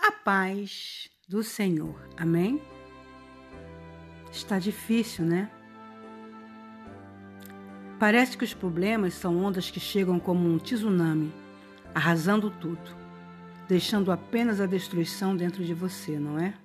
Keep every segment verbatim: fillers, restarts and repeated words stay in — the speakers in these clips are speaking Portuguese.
A paz do Senhor. Amém? Está difícil, né? Parece que os problemas são ondas que chegam como um tsunami, arrasando tudo, deixando apenas a destruição dentro de você, não é?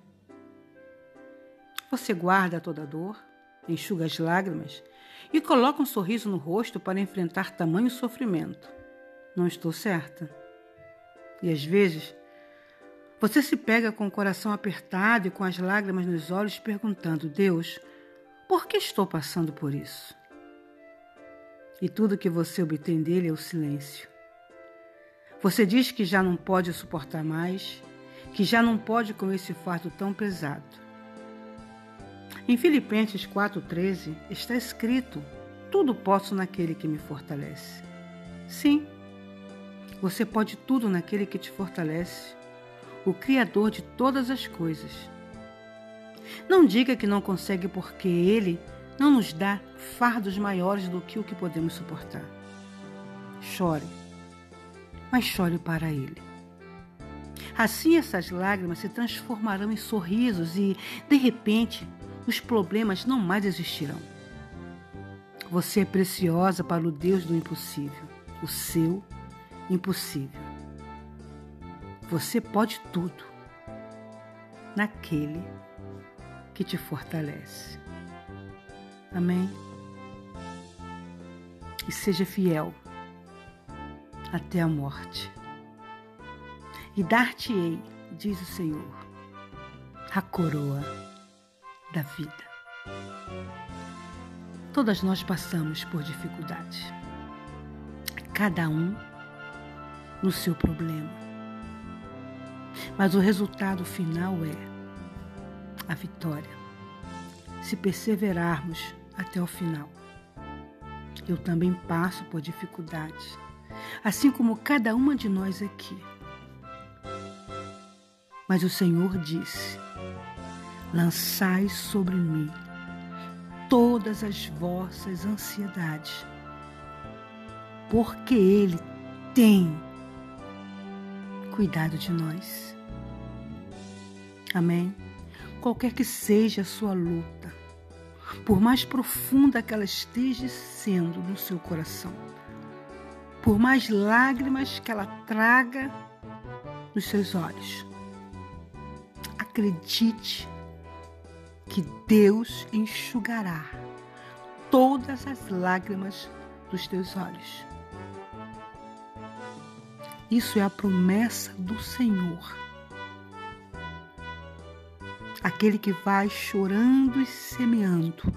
Você guarda toda a dor, enxuga as lágrimas e coloca um sorriso no rosto para enfrentar tamanho sofrimento. Não estou certa? E às vezes, você se pega com o coração apertado e com as lágrimas nos olhos perguntando: Deus, por que estou passando por isso? E tudo que você obtém dele é o silêncio. Você diz que já não pode suportar mais, que já não pode com esse fardo tão pesado. Em Filipenses quatro, treze está escrito: tudo posso naquele que me fortalece. Sim, você pode tudo naquele que te fortalece, o Criador de todas as coisas. Não diga que não consegue, porque Ele não nos dá fardos maiores do que o que podemos suportar. Chore, mas chore para Ele. Assim essas lágrimas se transformarão em sorrisos e, de repente, os problemas não mais existirão. Você é preciosa para o Deus do impossível, o seu impossível. Você pode tudo naquele que te fortalece. Amém? E seja fiel até a morte. E dar-te-ei, diz o Senhor, a coroa da vida. Todas nós passamos por dificuldades. Cada um no seu problema. Mas o resultado final é a vitória. Se perseverarmos até o final. Eu também passo por dificuldades, assim como cada uma de nós aqui. Mas o Senhor disse: lançai sobre mim todas as vossas ansiedades, porque Ele tem cuidado de nós. Amém? Qualquer que seja a sua luta, por mais profunda que ela esteja sendo no seu coração, por mais lágrimas que ela traga nos seus olhos, acredite que Deus enxugará todas as lágrimas dos teus olhos. Isso é a promessa do Senhor. Aquele que vai chorando e semeando,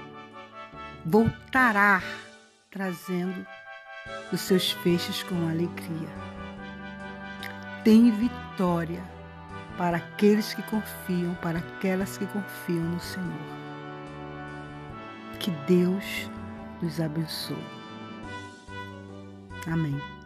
voltará trazendo os seus feixes com alegria. Tem vitória para aqueles que confiam, para aquelas que confiam no Senhor. Que Deus nos abençoe. Amém.